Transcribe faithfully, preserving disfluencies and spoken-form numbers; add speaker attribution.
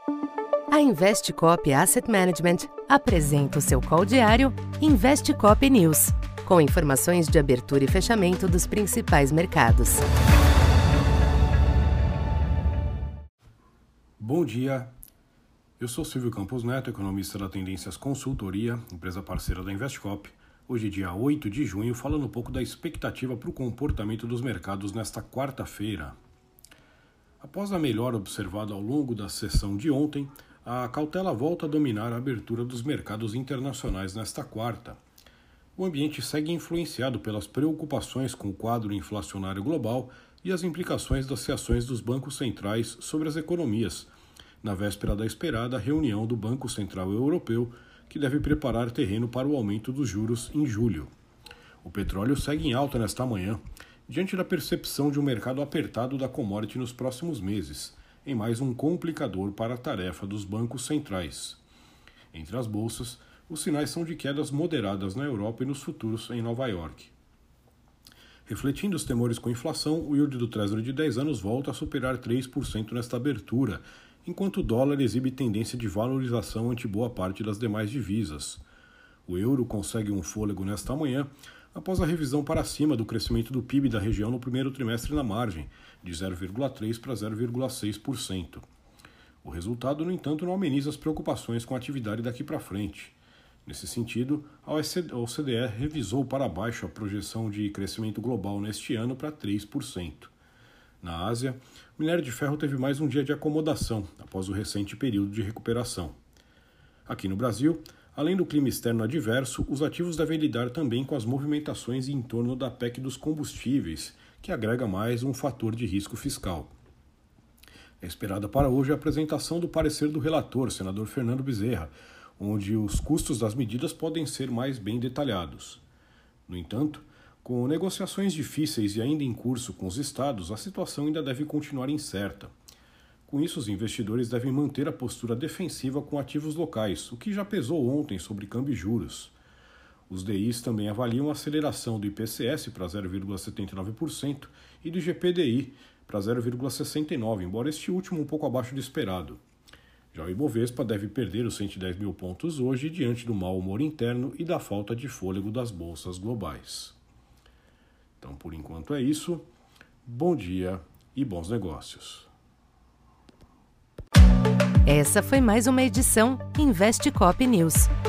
Speaker 1: A Investcop Asset Management apresenta o seu call diário Investcop News, com informações de abertura e fechamento dos principais mercados.
Speaker 2: Bom dia, eu sou Silvio Campos Neto, economista da Tendências Consultoria, empresa parceira da Investcop. Hoje, dia oito de junho, falando um pouco da expectativa para o comportamento dos mercados nesta quarta-feira. Após a melhora observada ao longo da sessão de ontem, a cautela volta a dominar a abertura dos mercados internacionais nesta quarta. O ambiente segue influenciado pelas preocupações com o quadro inflacionário global e as implicações das reações dos bancos centrais sobre as economias, na véspera da esperada reunião do Banco Central Europeu, que deve preparar terreno para o aumento dos juros em julho. O petróleo segue em alta nesta manhã, diante da percepção de um mercado apertado da commodity nos próximos meses, em mais um complicador para a tarefa dos bancos centrais. Entre as bolsas, os sinais são de quedas moderadas na Europa e nos futuros em Nova York. Refletindo os temores com inflação, o yield do Treasury de dez anos volta a superar três por cento nesta abertura, enquanto o dólar exibe tendência de valorização ante boa parte das demais divisas. O euro consegue um fôlego nesta manhã, após a revisão para cima do crescimento do P I B da região no primeiro trimestre na margem, de zero vírgula três por cento para zero vírgula seis por cento. O resultado, no entanto, não ameniza as preocupações com a atividade daqui para frente. Nesse sentido, a O C D E revisou para baixo a projeção de crescimento global neste ano para três por cento. Na Ásia, o minério de ferro teve mais um dia de acomodação, após o recente período de recuperação. Aqui no Brasil, além do clima externo adverso, os ativos devem lidar também com as movimentações em torno da P E C dos combustíveis, que agrega mais um fator de risco fiscal. É esperada para hoje a apresentação do parecer do relator, senador Fernando Bezerra, onde os custos das medidas podem ser mais bem detalhados. No entanto, com negociações difíceis e ainda em curso com os estados, a situação ainda deve continuar incerta. Com isso, os investidores devem manter a postura defensiva com ativos locais, o que já pesou ontem sobre câmbio e juros. Os D Is também avaliam a aceleração do I P C S para zero vírgula setenta e nove por cento e do G P D I para zero vírgula sessenta e nove por cento, embora este último um pouco abaixo do esperado. Já o Ibovespa deve perder os cento e dez mil pontos hoje diante do mau humor interno e da falta de fôlego das bolsas globais. Então, por enquanto é isso. Bom dia e bons negócios.
Speaker 1: Essa foi mais uma edição Investcop News.